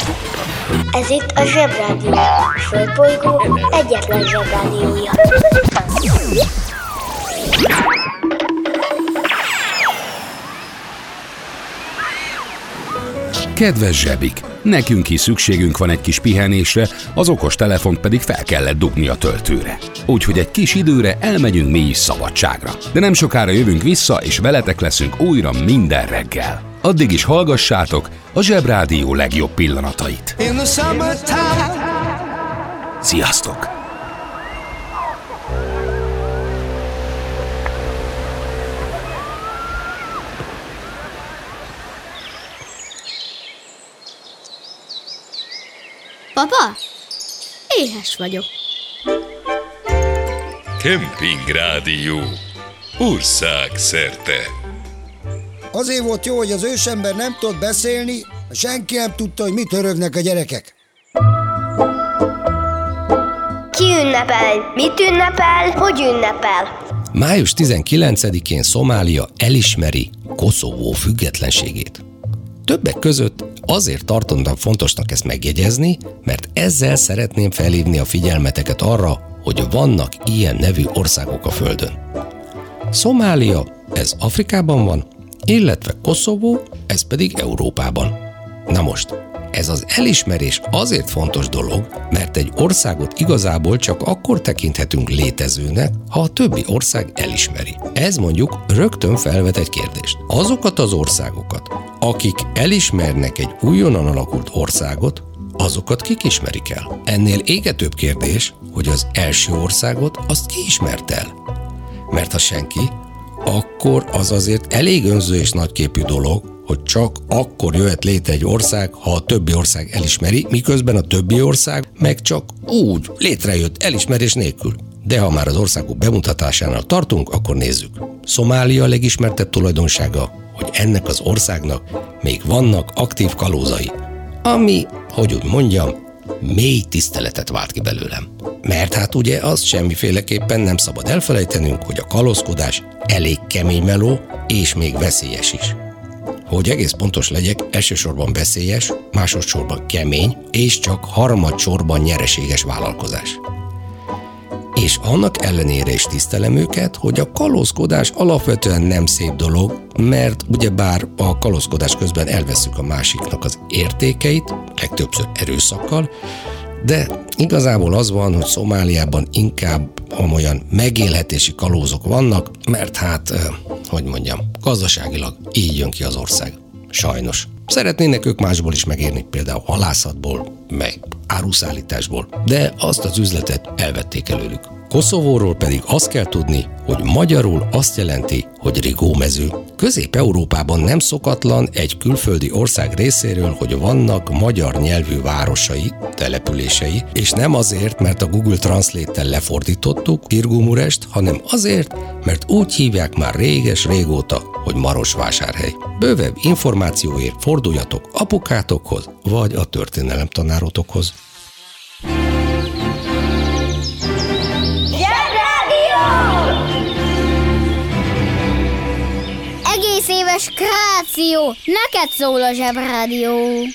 Ez itt a Zsebrádió, a Földbolygó egyetlen Zsebrádiója. Kedves zsebik, nekünk is szükségünk van egy kis pihenésre, az okos telefont pedig fel kellett dugni a töltőre. Úgyhogy egy kis időre elmegyünk mi is szabadságra. De nem sokára jövünk vissza, és veletek leszünk újra minden reggel. Addig is hallgassátok a Zsebrádió legjobb pillanatait. Sziasztok! Papa, éhes vagyok. Kempingrádió. Országszerte. Azért volt jó, hogy az ősember nem tudott beszélni, senki nem tudta, hogy mit örögnek a gyerekek. Ki ünnepel? Mit ünnepel? Hogy ünnepel? Május 19-én Szomália elismeri Koszovó függetlenségét. Többek között azért tartottam fontosnak ezt megjegyezni, mert ezzel szeretném felhívni a figyelmeteket arra, hogy vannak ilyen nevű országok a Földön. Szomália, ez Afrikában van, illetve Koszovó, ez pedig Európában. Na most, ez az elismerés azért fontos dolog, mert egy országot igazából csak akkor tekinthetünk létezőnek, ha a többi ország elismeri. Ez mondjuk rögtön felvet egy kérdést. Azokat az országokat, akik elismernek egy újonnan alakult országot, azokat kik ismerik el? Ennél égetőbb kérdés, hogy az első országot azt ki ismert el? Mert ha senki, akkor az azért elég önző és nagyképű dolog, hogy csak akkor jöhet létre egy ország, ha a többi ország elismeri, miközben a többi ország meg csak úgy létrejött elismerés nélkül. De ha már az országok bemutatásánál tartunk, akkor nézzük. Szomália legismertebb tulajdonsága, hogy ennek az országnak még vannak aktív kalózai, ami, hogy úgy mondjam, mély tiszteletet vált ki belőlem. Mert hát ugye azt semmiféleképpen nem szabad elfelejtenünk, hogy a kalózkodás elég kemény meló, és még veszélyes is. Hogy egész pontos legyek, elsősorban veszélyes, másodszorban kemény, és csak harmadsorban nyereséges vállalkozás. És annak ellenére is tisztelem őket, hogy a kalózkodás alapvetően nem szép dolog, mert ugyebár a kalózkodás közben elvesszük a másiknak az értékeit, legtöbbször erőszakkal, de igazából az van, hogy Szomáliában inkább olyan megélhetési kalózok vannak, mert gazdaságilag így jön ki az ország. Sajnos. Szeretnének ők másból is megérni, például halászatból, meg áruszállításból, de azt az üzletet elvették előlük. Koszovóról pedig azt kell tudni, hogy magyarul azt jelenti, hogy rigómező. Közép-Európában nem szokatlan egy külföldi ország részéről, hogy vannak magyar nyelvű városai, települései, és nem azért, mert a Google Translate-tel lefordítottuk Kirgumurest, hanem azért, mert úgy hívják már réges-régóta, hogy Marosvásárhely. Bővebb információért forduljatok apukátokhoz, vagy a történelemtanárotokhoz. Egész éves kreáció, neked szól a Zsebrádió.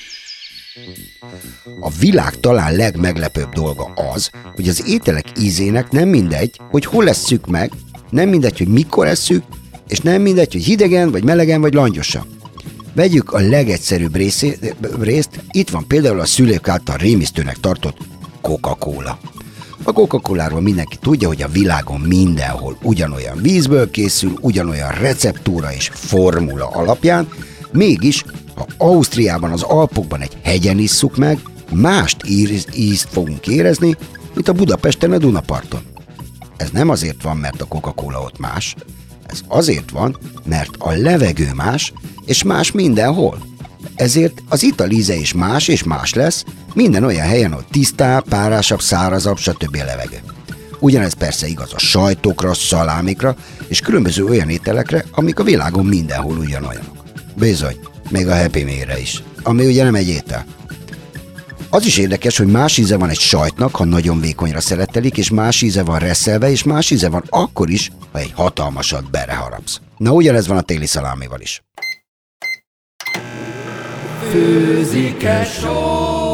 A világ talán legmeglepőbb dolga az, hogy az ételek ízének nem mindegy, hogy hol esszük meg, nem mindegy, hogy mikor esszük, és nem mindegy, hogy hidegen, vagy melegen, vagy langyosan. Vegyük a legegyszerűbb részt, itt van például a szülők által rémisztőnek tartott Coca-Cola. A Coca-Coláról mindenki tudja, hogy a világon mindenhol ugyanolyan vízből készül, ugyanolyan receptúra és formula alapján, mégis, ha Ausztriában, az Alpokban egy hegyen isszuk meg, mást ízt fogunk érezni, mint a Budapesten a Dunaparton. Ez nem azért van, mert a Coca-Cola ott más, ez azért van, mert a levegő más, és más mindenhol. Ezért az ital íze is más és más lesz, minden olyan helyen, ahol tisztább, párásabb, szárazabb, stb. A levegő. Ugyanez persze igaz a sajtokra, szalámikra és különböző olyan ételekre, amik a világon mindenhol ugyanolyanok. Bizony, még a Happy Meal-re is, ami ugye nem egy étel. Az is érdekes, hogy más íze van egy sajtnak, ha nagyon vékonyra szeletelik, és más íze van reszelve, és más íze van akkor is, ha egy hatalmasat beleharapsz. Na ugyanez van a téli szalámival is. Főzik-e só?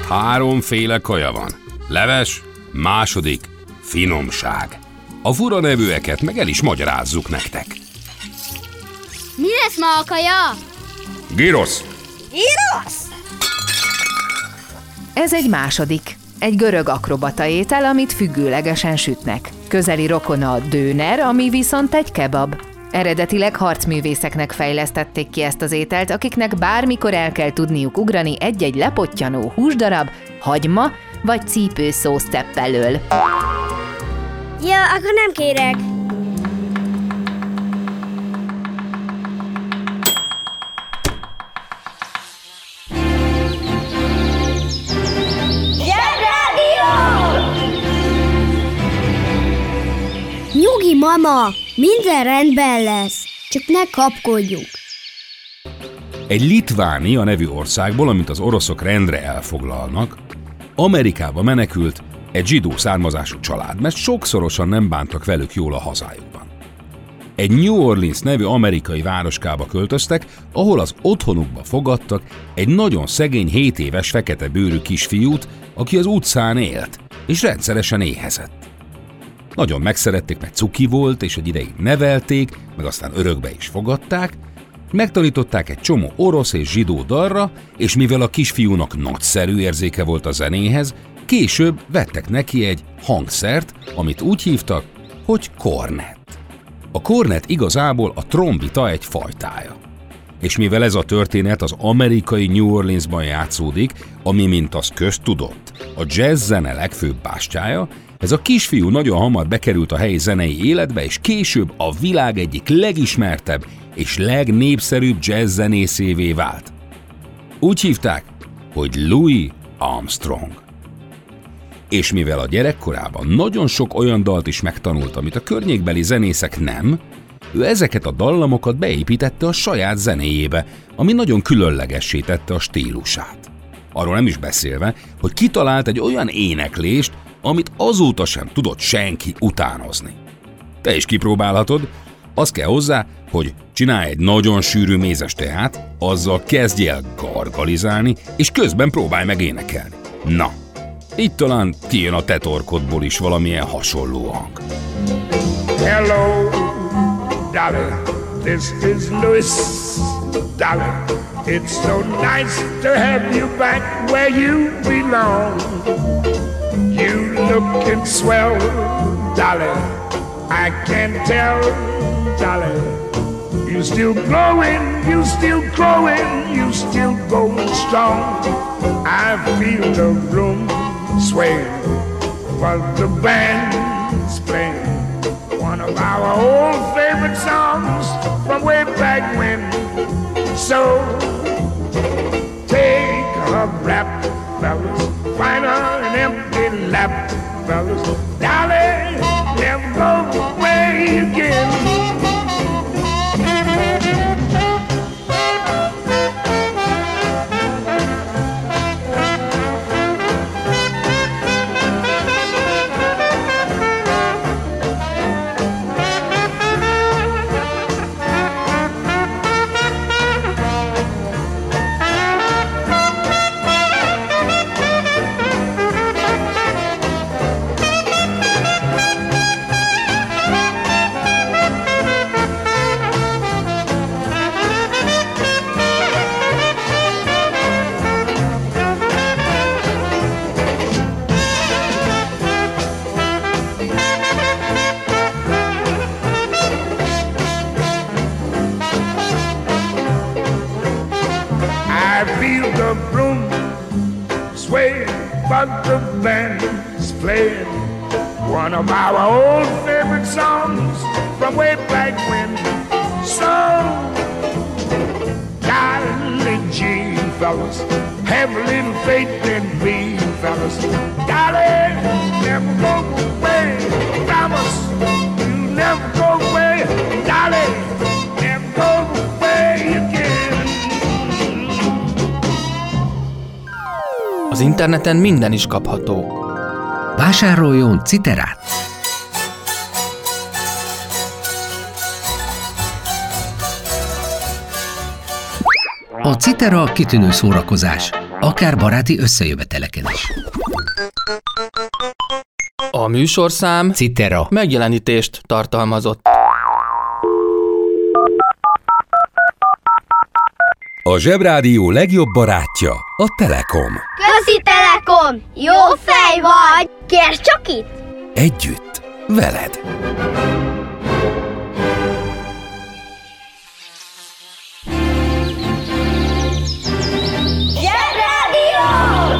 3 kaja van. Leves, második, finomság. A fura nevűeket meg el is magyarázzuk nektek. Mi lesz ma a kaja? Gyrosz! Ez egy második. Egy görög akrobata étel, amit függőlegesen sütnek. Közeli rokona a döner, ami viszont egy kebab. Eredetileg harcművészeknek fejlesztették ki ezt az ételt, akiknek bármikor el kell tudniuk ugrani egy-egy lepottyanó húsdarab, hagyma vagy cipőszósz tepp elől. Ja, akkor nem kérek. Nyugi, mama! Minden rendben lesz. Csak ne kapkodjunk. Egy Litvánia nevű országból, amit az oroszok rendre elfoglalnak, Amerikába menekült egy zsidó származású család, mert sokszorosan nem bántak velük jól a hazájukban. Egy New Orleans nevű amerikai városkába költöztek, ahol az otthonukba fogadtak egy nagyon szegény 7 éves fekete bőrű kisfiút, aki az utcán élt, és rendszeresen éhezett. Nagyon megszerették, mert cuki volt, és egy ideig nevelték, meg aztán örökbe is fogadták, megtanították egy csomó orosz és zsidó dalra, és mivel a kisfiúnak nagyszerű érzéke volt a zenéhez, később vettek neki egy hangszert, amit úgy hívtak, hogy kornet. A kornet igazából a trombita egy fajtája. És mivel ez a történet az amerikai New Orleansban játszódik, ami, mint az köztudott, a jazz zene legfőbb bástyája, ez a kisfiú nagyon hamar bekerült a helyi zenei életbe, és később a világ egyik legismertebb és legnépszerűbb jazz zenészévé vált. Úgy hívták, hogy Louis Armstrong. És mivel a gyerekkorában nagyon sok olyan dalt is megtanult, amit a környékbeli zenészek nem, ő ezeket a dallamokat beépítette a saját zenéjébe, ami nagyon különlegessé tette a stílusát. Arról nem is beszélve, hogy kitalált egy olyan éneklést, amit azóta sem tudott senki utánozni. Te is kipróbálhatod, az kell hozzá, hogy csinálj egy nagyon sűrű mézes teát, azzal kezdj el gargalizálni, és közben próbálj meg énekelni. Na, így talán kijön a te torkodból is valamilyen hasonló hang. Hello, Dolly, this is Louis, Dolly. It's so nice to have you back where you belong. You lookin' swell, Dolly, I can tell, Dolly. You still glowing, you still growing, you still going strong. I feel the room sway, but the band's playing one of our old favorite songs from way back when. So take a rap, fellas, find her an empty lap, fellas. Dolly, never go away again. But the band's playing one of our old favorite songs from way back when. So, Dolly G, fellas, have a little faith in me, fellas. Dolly, never go away, promise you never go away. Dolly, never go away again. Az interneten minden is kapható. Vásároljon Citerát! A Citera kitűnő szórakozás. akár baráti összejöveteleken is. A műsorszám Citera megjelenítést tartalmazott. A Zsebrádió legjobb barátja a Telekom. Közi Telekom! Jó fej vagy! Kérd csak itt! Együtt, veled. Zsebrádió!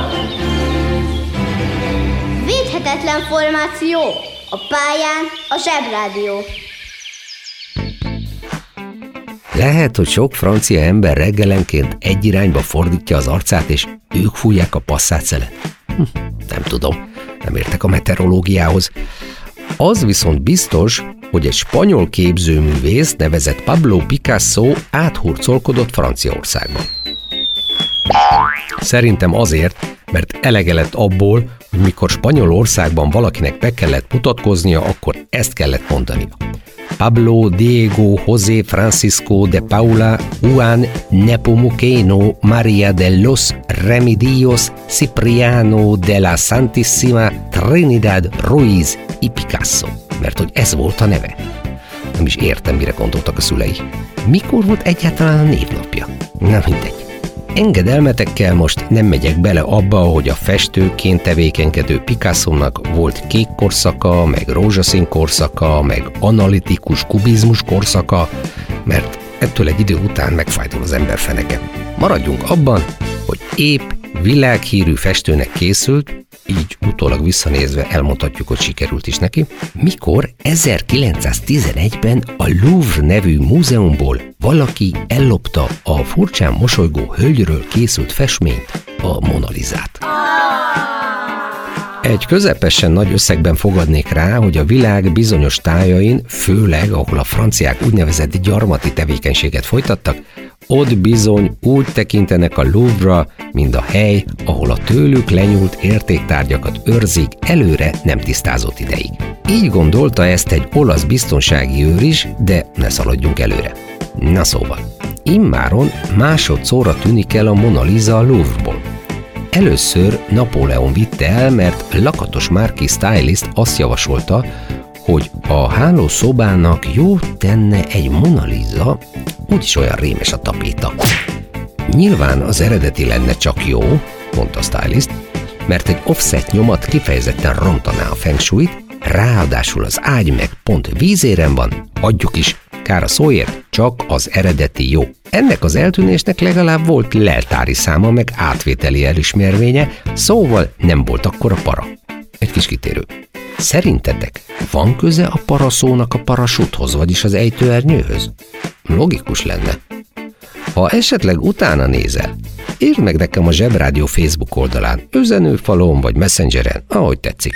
Védhetetlen formáció. A pályán a Zsebrádió. Lehet, hogy sok francia ember reggelenként egy irányba fordítja az arcát, és ők fújják a passzát. Nem tudom, nem értek a meteorológiához. Az viszont biztos, hogy egy spanyol képzőművész nevezett Pablo Picasso áthurcolkodott Franciaországban. Szerintem azért, mert elege lett abból, hogy mikor Spanyolországban valakinek be kellett mutatkoznia, akkor ezt kellett mondania. Pablo Diego José Francisco de Paula Juan Nepomuceno María de los Remedios Cipriano de la Santissima Trinidad Ruiz y Picasso, mert hogy ez volt a neve. Nem is értem, mire gondoltak a szülei. Mikor volt egyáltalán a névnapja? Na mindegy. Engedelmetekkel most nem megyek bele abba, hogy a festőként tevékenykedő Picasso-nak volt kék korszaka, meg rózsaszín korszaka, meg analitikus kubizmus korszaka, mert ettől egy idő után megfájdul az ember feneke. Maradjunk abban, hogy épp világhírű festőnek készült, így utólag visszanézve elmondhatjuk, hogy sikerült is neki, mikor 1911-ben a Louvre nevű múzeumból valaki ellopta a furcsán mosolygó hölgyről készült festményt, a Mona Lisát. Egy közepesen nagy összegben fogadnék rá, hogy a világ bizonyos tájain, főleg ahol a franciák úgynevezett gyarmati tevékenységet folytattak, ott bizony úgy tekintenek a Louvre-ra, mint a hely, ahol a tőlük lenyúlt értéktárgyakat őrzik előre nem tisztázott ideig. Így gondolta ezt egy olasz biztonsági őr is, de ne szaladjunk előre. Na szóval, immáron másodszorra tűnik el a Mona Lisa a Louvre-ból. Először Napóleon vitte el, mert lakatos márki stylist azt javasolta, hogy a hálószobának jó tenne egy Mona Lisa, úgyis olyan rémes a tapéta. Nyilván az eredeti lenne csak jó, mondta a stylist, mert egy offset nyomat kifejezetten rontaná a feng shuit, ráadásul az ágy meg pont vízéren van, adjuk is, kár a szóért, csak az eredeti jó. Ennek az eltűnésnek legalább volt leltári száma, meg átvételi elismervénye, szóval nem volt akkora para. Egy kis kitérő. Szerintetek van köze a paraszónak a parasúthoz, vagyis az ejtőernyőhöz? Logikus lenne. Ha esetleg utána nézel, írd meg nekem a Zsebrádió Facebook oldalán, üzenőfalon vagy Messengeren, ahogy tetszik.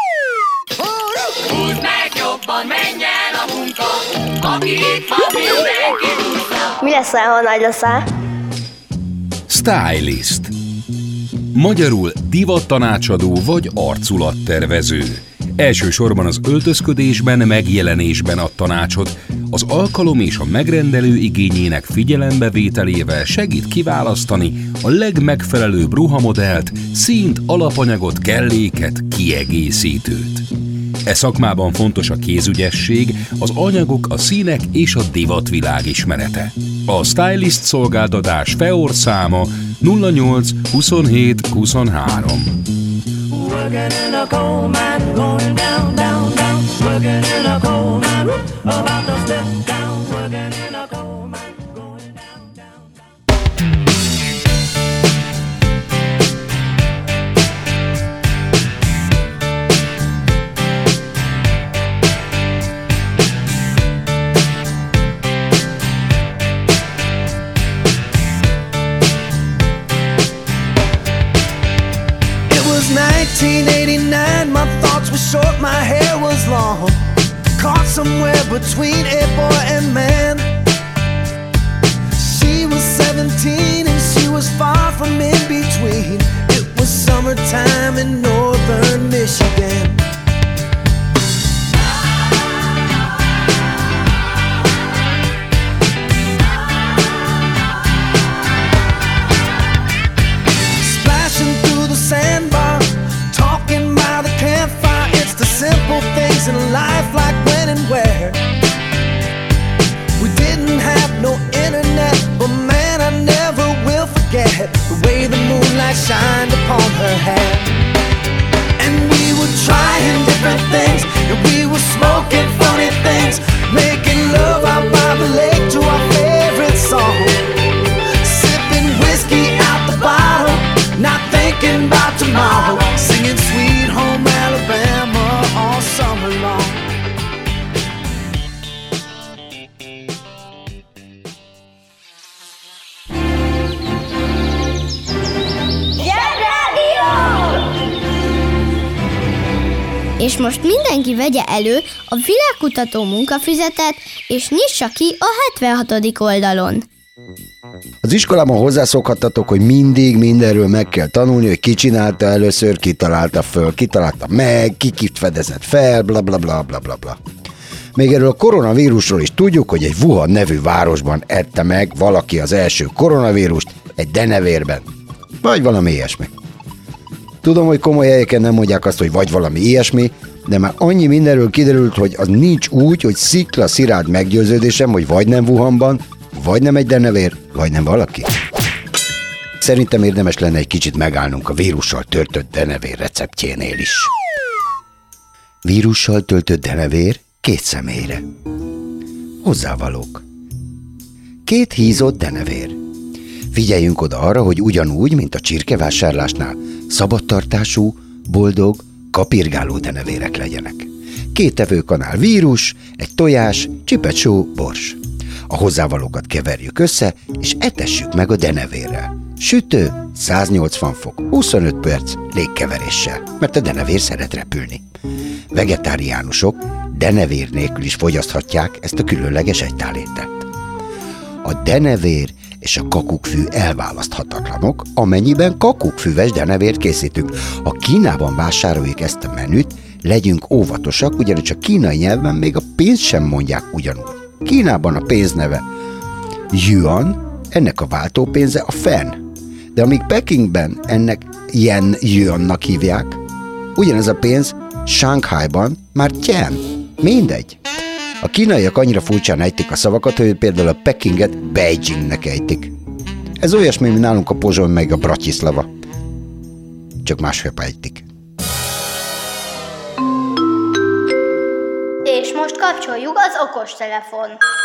Húzd meg jobban, menj el a munka, aki itt van, mindenki húzza. Mi leszel, ha nagy leszel? Stylist. Magyarul divattanácsadó vagy arculattervező. Elsősorban az öltözködésben, megjelenésben ad tanácsot, az alkalom és a megrendelő igényének figyelembevételével segít kiválasztani a legmegfelelőbb ruhamodellt, színt, alapanyagot, kelléket, kiegészítőt. E szakmában fontos a kézügyesség, az anyagok, a színek és a divatvilág ismerete. A stylist szolgáltatás FEOR száma 08 27 23. Working in a coal mine, going down, down, down. Working in a coal mine, about to step down. Working in a coal mine, going down, down, down. It was 1989, my thoughts were short, my hair was long, caught somewhere between a boy and man. She was 17 and she was far from in between. It was summertime in northern Michigan. in life like when and where. We didn't have no internet, but man, I never will forget the way the moonlight shined upon her hair. And we were trying different things, and we were smoking funny things, making love out by the lake to our favorite song, sipping whiskey out the bottle, not thinking about tomorrow, singing Sweet Home Alabama all summer long. És most mindenki vegye elő a világkutató munkafüzetet, és nyissa ki a 76. oldalon. Az iskolában hozzászokhattatok, hogy mindig mindenről meg kell tanulni, hogy ki csinálta először, ki találta föl, ki találta meg, ki kit fedezett fel, bla bla bla bla bla bla. Még erről a koronavírusról is tudjuk, hogy egy Wuhan nevű városban ette meg valaki az első koronavírust egy denevérben. Vagy valami ilyesmi. Tudom, hogy komoly helyeken nem mondják azt, hogy vagy valami ilyesmi, de már annyi mindenről kiderült, hogy az nincs úgy, hogy szikla szilárd meggyőződésem, hogy vagy nem Wuhanban, vagy nem egy denevér, vagy nem valaki. Szerintem érdemes lenne egy kicsit megállnunk a vírussal töltött denevér receptjénél is. Vírussal töltött denevér 2 személyre. Hozzávalók. 2 hízott denevér. Figyeljünk oda arra, hogy ugyanúgy, mint a csirkevásárlásnál, szabadtartású, boldog, kapirgáló denevérek legyenek. 2 evőkanál vírus, egy tojás, csipet só, bors. A hozzávalókat keverjük össze, és etessük meg a denevérrel. Sütő, 180 fok, 25 perc légkeveréssel, mert a denevér szeret repülni. Vegetáriánusok denevér nélkül is fogyaszthatják ezt a különleges egytálételt. A denevér és a kakukkfű elválaszthatatlanok, amennyiben kakukkfüves denevért készítünk. Ha Kínában vásároljuk ezt a menüt, legyünk óvatosak, ugyanis a kínai nyelven még a pénzt sem mondják ugyanúgy. Kínában a pénz neve yuan, ennek a váltópénze a fenn. De amíg Pekingben ennek yuannak hívják, ugyanez a pénz Shanghaiban már tian. Mindegy. A kínaiak annyira furcsán ejtik a szavakat, hogy például a Pekinget Beijingnek ejtik. Ez olyasmi, mint nálunk a Pozsony meg a Bratislava. Csak másképp ejtik. És most kapcsoljuk az okostelefon.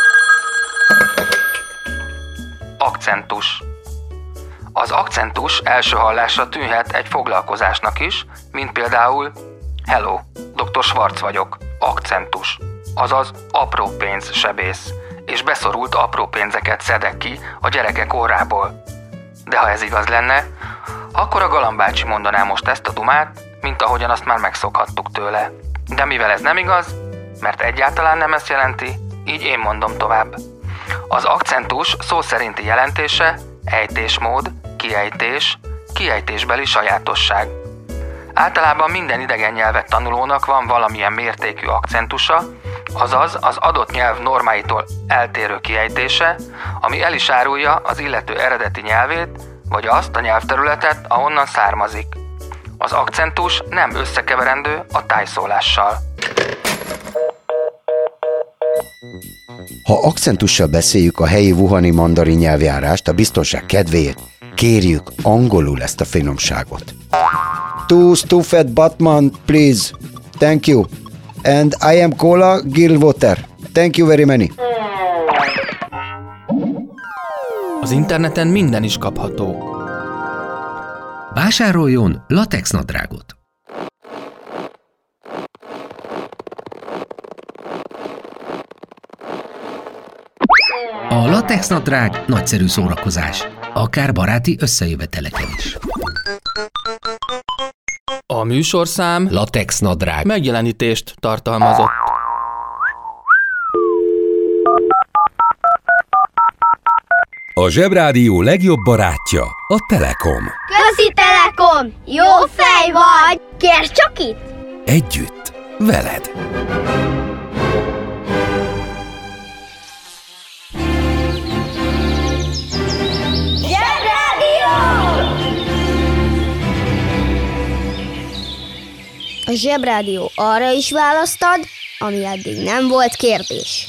Akcentus. Az akcentus első hallásra tűnhet egy foglalkozásnak is, mint például Hello, dr. Schwarz vagyok, akcentus. Azaz apró pénz sebész, és beszorult apró pénzeket szedek ki a gyerekek orrából. De ha ez igaz lenne, akkor a Galambácsi mondaná most ezt a dumát, mint ahogyan azt már megszokhattuk tőle. De mivel ez nem igaz, mert egyáltalán nem ezt jelenti, így én mondom tovább. Az akcentus szó szerinti jelentése ejtésmód, kiejtés, kiejtésbeli sajátosság. Általában minden idegen nyelvet tanulónak van valamilyen mértékű akcentusa, azaz az adott nyelv normáitól eltérő kiejtése, ami el is árulja az illető eredeti nyelvét, vagy azt a nyelvterületet, ahonnan származik. Az akcentus nem összekeverendő a tájszólással. Ha akcentussal beszéljük a helyi wuhani mandarin nyelvjárást, a biztonság kedvéért kérjük angolul ezt a finomságot. Two stuffed Batman, please. Thank you. And I am cola, gill water. Thank you very many. Az interneten minden is kapható. Vásároljon latex nadrágot. A latex nadrág nagyszerű szórakozás, akár baráti összejöveteleken is. A műsorszám latex nadrág megjelenítést tartalmazott. A Zsebrádió legjobb barátja a Telekom. Közi Telekom! Jó fej vagy! Kérd csak itt! Együtt, veled! A Zsebrádió arra is választad, ami eddig nem volt kérdés.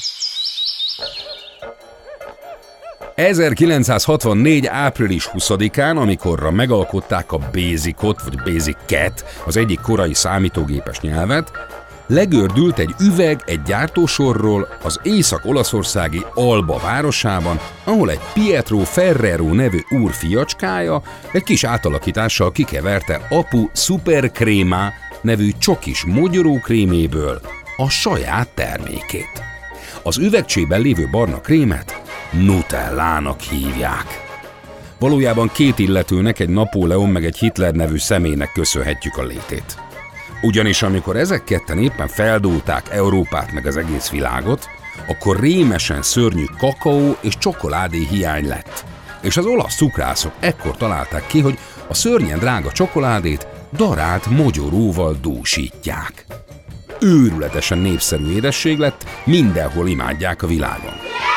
1964. április 20-án, amikorra megalkották a Basicot, vagy Basic-et, az egyik korai számítógépes nyelvet, legördült egy üveg egy gyártósorról az észak-olaszországi Alba városában, ahol egy Pietro Ferrero nevű úr fiacskája egy kis átalakítással kikeverte apu Super Crema nevű csokis mogyorókréméből a saját termékét. Az üvegcsében lévő barna krémet Nutellának hívják. Valójában két illetőnek, egy Napóleon meg egy Hitler nevű személynek köszönhetjük a létét. Ugyanis amikor ezek ketten éppen feldúlták Európát meg az egész világot, akkor rémesen szörnyű kakaó és csokoládé hiány lett. És az olasz cukrászok ekkor találták ki, hogy a szörnyen drága csokoládét darált mogyoróval dúsítják. Őrületesen népszerű édesség lett, mindenhol imádják a világon.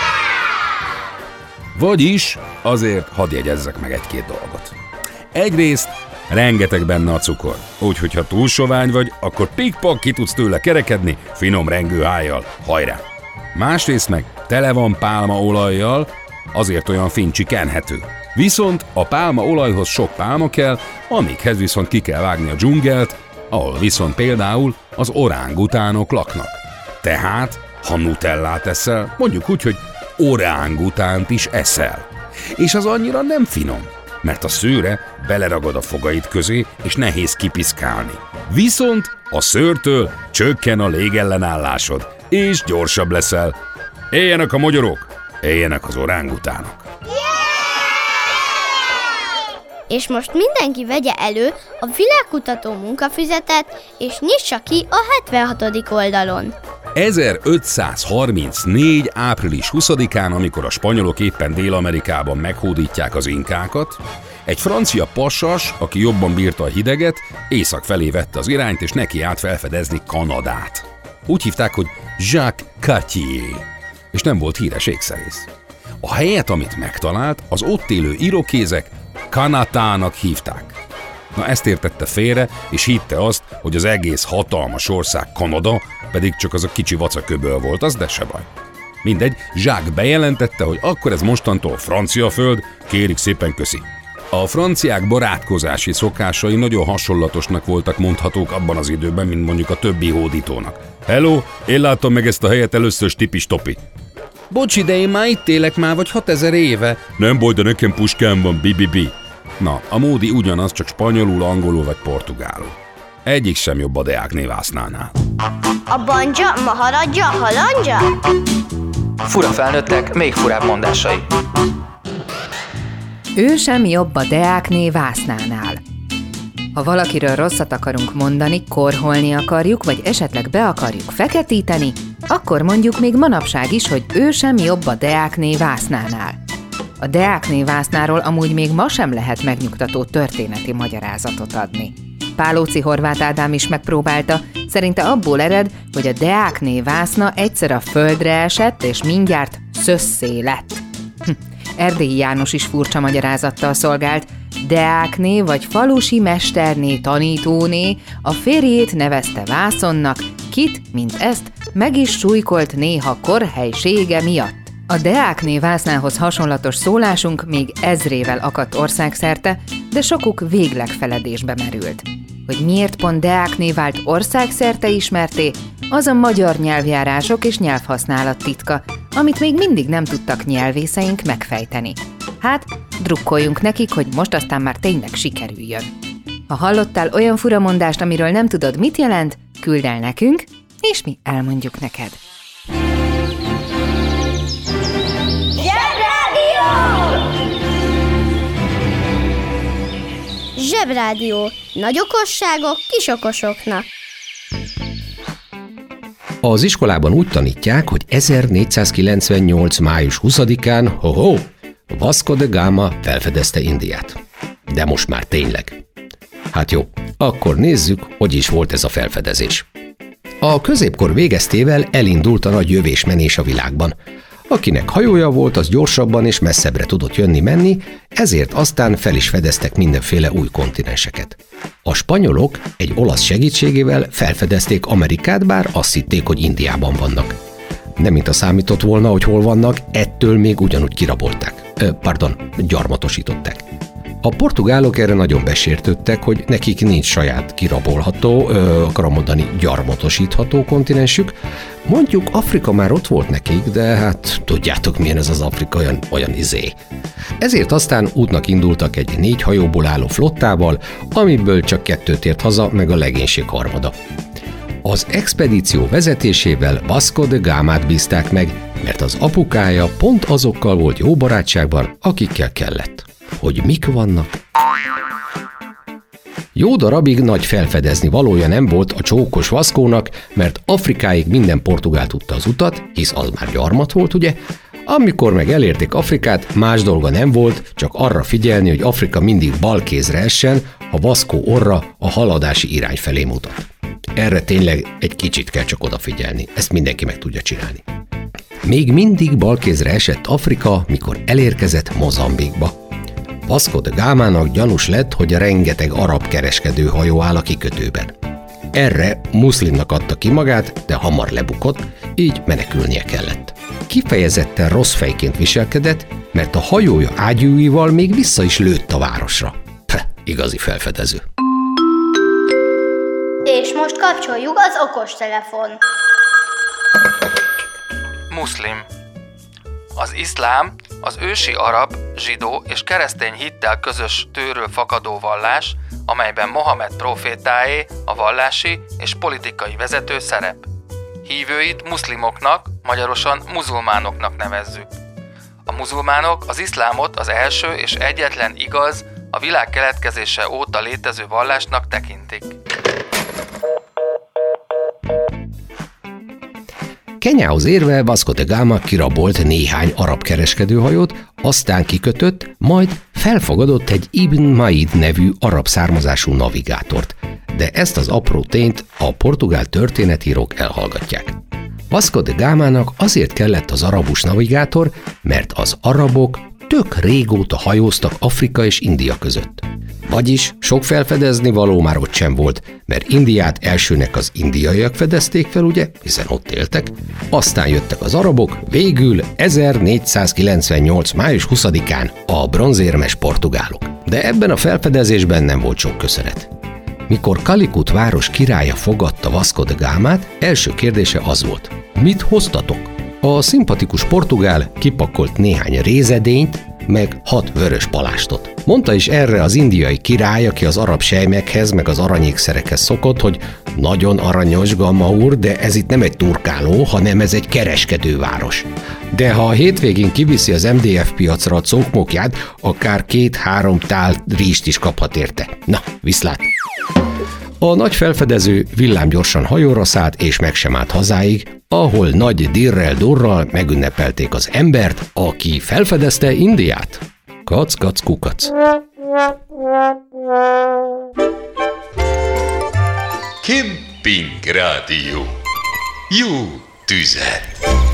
Vagyis azért hadd jegyezzek meg egy-két dolgot. Egyrészt rengeteg benne a cukor, úgyhogy ha túl sovány vagy, akkor pikpak ki tudsz tőle kerekedni finom rengőhájjal, hajrá! Másrészt meg tele van pálmaolajjal, azért olyan fincsi kenhető. Viszont a pálmaolajhoz sok pálma kell, amikhez viszont ki kell vágni a dzsungelt, ahol viszont például az orángutánok laknak. Tehát, ha nutellát eszel, mondjuk úgy, hogy orángutánt is eszel. És az annyira nem finom, mert a szőre beleragad a fogaid közé, és nehéz kipiszkálni. Viszont a szőrtől csökken a légellenállásod, és gyorsabb leszel. Éljenek a mogyorok, éljenek az orángutánok. És most mindenki vegye elő a világkutató munkafüzetet, és nyissa ki a 76. oldalon. 1534. április 20-án, amikor a spanyolok éppen Dél-Amerikában meghódítják az inkákat, egy francia pasas, aki jobban bírta a hideget, észak felé vette az irányt, és neki állt felfedezni Kanadát. Úgy hívták, hogy Jacques Cartier, és nem volt híres ékszerész. A helyet, amit megtalált, az ott élő irokézek Kanatának hívták. Na ezt értette félre, és hitte azt, hogy az egész hatalmas ország Kanada, pedig csak az a kicsi vacaköböl volt, az de se baj. Mindegy, Jacques bejelentette, hogy akkor ez mostantól francia föld, kérik szépen köszi. A franciák barátkozási szokásai nagyon hasonlatosnak voltak mondhatók abban az időben, mint mondjuk a többi hódítónak. Hello, én láttam meg ezt a helyet először, Stipi-Stopi. Bocsi, de én már itt élek már vagy 6000 éve. Nem baj, de nekem puskám van, bi. Na, a módi ugyanaz, csak spanyolul, angolul vagy portugálul. Egyik sem jobb a Deákné Vásznánál. A banja, maharadja, halandja? Fura felnőttek, még furább mondásai. Ő sem jobb a Deákné Vásznánál. Ha valakiről rosszat akarunk mondani, korholni akarjuk, vagy esetleg be akarjuk feketíteni, akkor mondjuk még manapság is, hogy ő sem jobb a Deákné Vásznánál. A Deákné Vásznáról amúgy még ma sem lehet megnyugtató történeti magyarázatot adni. Pálóci Horváth Ádám is megpróbálta, szerinte abból ered, hogy a Deákné Vászna egyszer a földre esett, és mindjárt szösszé lett. Erdélyi János is furcsa magyarázattal szolgált, Deákné vagy falusi mesterné tanítóné a férjét nevezte Vászonnak, kit, mint ezt, meg is súlykolt néha korhelysége miatt. A Deákné Vásznához hasonlatos szólásunk még ezrével akadt országszerte, de sokuk végleg feledésbe merült. Hogy miért pont Deákné vált országszerte ismerté, az a magyar nyelvjárások és nyelvhasználat titka, amit még mindig nem tudtak nyelvészeink megfejteni. Hát, drukkoljunk nekik, hogy most aztán már tényleg sikerüljön. Ha hallottál olyan furamondást, amiről nem tudod, mit jelent, küldd el nekünk, és mi elmondjuk neked. Zsebrádió. Nagy okosságok kis okosoknak. Az iskolában úgy tanítják, hogy 1498. május 20-án, Vasco da Gama felfedezte Indiát. De most már tényleg. Hát jó, akkor nézzük, hogy is volt ez a felfedezés. A középkor végeztével elindult a nagy jövésmenés a világban. Akinek hajója volt, az gyorsabban és messzebbre tudott jönni-menni, ezért aztán fel is fedeztek mindenféle új kontinenseket. A spanyolok egy olasz segítségével felfedezték Amerikát, bár azt hitték, hogy Indiában vannak. Nem mint a számított volna, hogy hol vannak, ettől még ugyanúgy kirabolták. Gyarmatosították. A portugálok erre nagyon besértődtek, hogy nekik nincs saját kirabolható, akarom mondani gyarmatosítható kontinensük. Mondjuk Afrika már ott volt nekik, de hát tudjátok milyen ez az Afrika, olyan izé. Ezért aztán útnak indultak egy 4 hajóból álló flottával, amiből csak 2 tért haza, meg a legénység harmada. Az expedíció vezetésével Vasco de Gamát bízták meg, mert az apukája pont azokkal volt jó barátságban, akikkel kellett. Hogy mik vannak? Jó darabig nagy felfedezni valója nem volt a csókos Vascónak, mert Afrikáig minden portugál tudta az utat, hisz az már gyarmat volt, ugye? Amikor meg elérték Afrikát, más dolga nem volt, csak arra figyelni, hogy Afrika mindig bal kézre essen, ha Vasco orra a haladási irány felé mutat. Erre tényleg egy kicsit kell csak odafigyelni, ezt mindenki meg tudja csinálni. Még mindig bal kézre esett Afrika, mikor elérkezett Mozambikba. Vasco de Gamának gyanús lett, hogy rengeteg arab kereskedő hajó áll a kikötőben. Erre muszlimnak adta ki magát, de hamar lebukott, így menekülnie kellett. Kifejezetten rossz fejként viselkedett, mert a hajója ágyúival még vissza is lőtt a városra. Igazi felfedező. És most kapcsoljuk az okostelefon. Muszlim. Az iszlám az ősi arab, zsidó és keresztény hittel közös tőről fakadó vallás, amelyben Mohamed prófétáé a vallási és politikai vezető szerep. Hívőit muszlimoknak, magyarosan muzulmánoknak nevezzük. A muzulmánok az iszlámot az első és egyetlen igaz, a világ keletkezése óta létező vallásnak tekintik. Kenyához érve Vasco de Gama kirabolt néhány arab kereskedőhajót, aztán kikötött, majd felfogadott egy Ibn Maid nevű arab származású navigátort. De ezt az apró tényt a portugál történetírók elhallgatják. Vasco de Gamának azért kellett az arabus navigátor, mert az arabok tök régóta hajóztak Afrika és India között. Vagyis sok felfedezni való már ott sem volt, mert Indiát elsőnek az indiaiak fedezték fel, ugye, hiszen ott éltek, aztán jöttek az arabok, végül 1498. május 20-án a bronzérmes portugálok. De ebben a felfedezésben nem volt sok köszönet. Mikor Calicut város királya fogadta Vasco de Gamát, első kérdése az volt: mit hoztatok? A szimpatikus portugál kipakolt néhány rézedényt, meg 6 vörös palástot. Mondta is erre az indiai király, aki az arab sejmekhez, meg az aranyékszerekhez szokott, hogy nagyon aranyos, Gama úr, de ez itt nem egy turkáló, hanem ez egy kereskedőváros. De ha a hétvégén kiviszi az MDF piacra a cokmokját, akár 2-3 tál rizst is kaphat érte. Na, viszlát! A nagy felfedező villámgyorsan hajóra szállt és meg sem állt hazáig, ahol nagy dirrel-durral megünnepelték az embert, aki felfedezte Indiát. Kac, kac, kukac. Kemping Rádió. Jó tüzet!